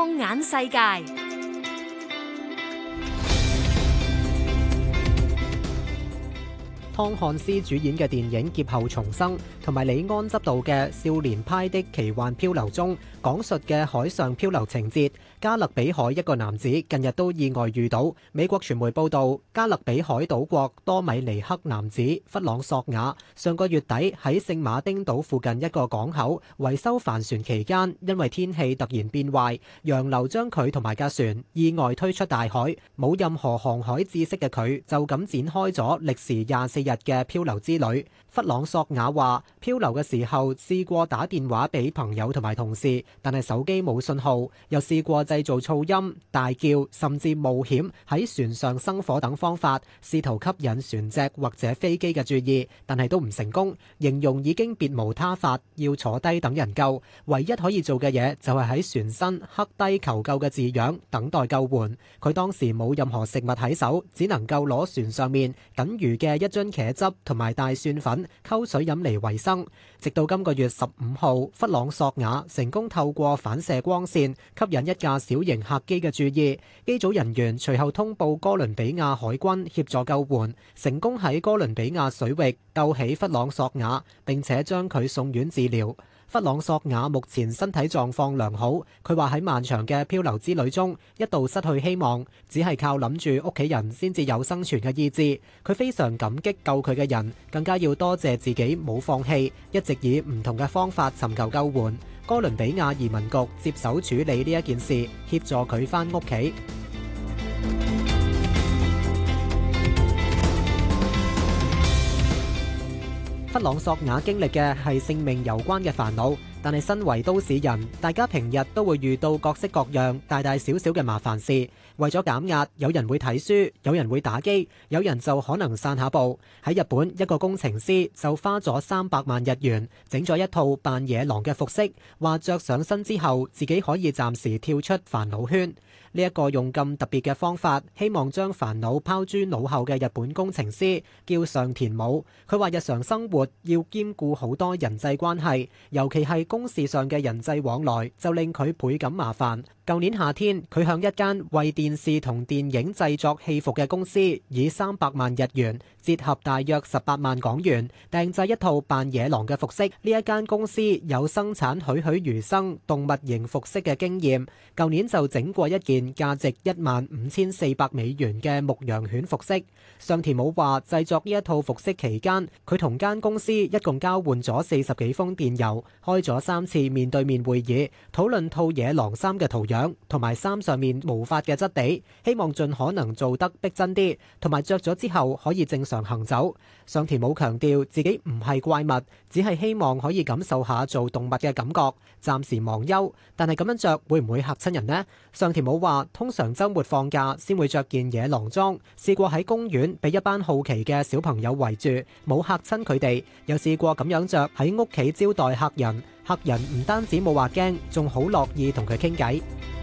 放眼世界。 湯漢斯主演嘅電影《劫後重生》同埋李安執導嘅《少年派的奇幻漂流》中講述嘅海上漂流情節，加勒比海一個男子近日都意外遇到。美國傳媒報道，加勒比海島國多米尼克男子弗朗索瓦上個月底喺聖馬丁島附近一個港口維修帆船期間，因為天氣突然變壞，洋流將佢同埋架船意外推出大海，冇任何航海知識嘅佢就咁展開咗歷時24日嘅漂流之旅。弗朗索瓦話，漂流嘅時候試過打電話俾朋友同埋同事，但係手機冇信號，又試過製造噪音、大叫，甚至冒險喺船上生火等方法，試圖吸引船隻或者飛機嘅注意，但係都唔成功。形容已經別無他法，要坐低等人救，唯一可以做嘅嘢就係喺船身刻低求救嘅字樣，等待救援。佢當時冇任何食物喺手，只能夠攞船上面僅餘嘅一樽茄汁同埋大蒜粉溝水飲嚟維生。直到今個月15號，弗朗索瓦成功透過反射光線吸引一架小型客機嘅注意，機組人員隨後通報哥倫比亞海軍協助救援，成功喺哥倫比亞水域救起弗朗索瓦，並且將佢送院治療。弗朗索瓦目前身體狀況良好，佢話喺漫長嘅漂流之旅中一度失去希望，只係靠諗住屋企人先至有生存嘅意志。佢非常感激救佢嘅人，更加要多謝自己冇放棄，一直以唔同嘅方法尋求救援。哥倫比亞移民局接手處理呢一件事，協助佢返屋企。弗朗索瓦經歷嘅係性命攸關嘅煩惱，但係身為都市人，大家平日都會遇到各式各樣大大小小嘅麻煩事。為咗減壓，有人會睇書，有人會打機，有人就可能散下步。喺日本，一個工程師就花咗300萬日元整咗一套扮野狼嘅服飾，話着上身之後自己可以暫時跳出煩惱圈。呢一個用咁特別嘅方法，希望將煩惱拋諸腦後嘅日本工程師叫上田武。佢話日常生活要兼顧好多人際關係，尤其係公事上嘅人際往來，就令佢倍感麻煩。舊年夏天，佢向一間為電視同電影製作戲服嘅公司，以300萬日元，折合大約18萬港元，訂製一套扮野狼嘅服飾。呢一間公司有生產栩栩如生動物型服飾嘅經驗，舊年就整過一件價值15400美元嘅牧羊犬服飾。上田武話，製作呢一套服飾期間，佢同間公司一共交換咗40幾封電郵，開咗3次面對面會議，討論套野狼衫嘅圖樣同埋衫上面毛髮嘅質地，希望盡可能做得逼真啲，同埋着咗之後可以正常行走。上田武強調自己唔係怪物，只係希望可以感受下做動物嘅感覺，暫時忘憂。但係咁樣着會唔會嚇親人呢？上田武話，通常週末放假先會着件野狼裝，試過喺公園俾一班好奇嘅小朋友圍住，冇嚇親佢哋。又試過咁樣着喺屋企招待客人，客人唔單止冇話驚，仲好樂意同佢傾偈。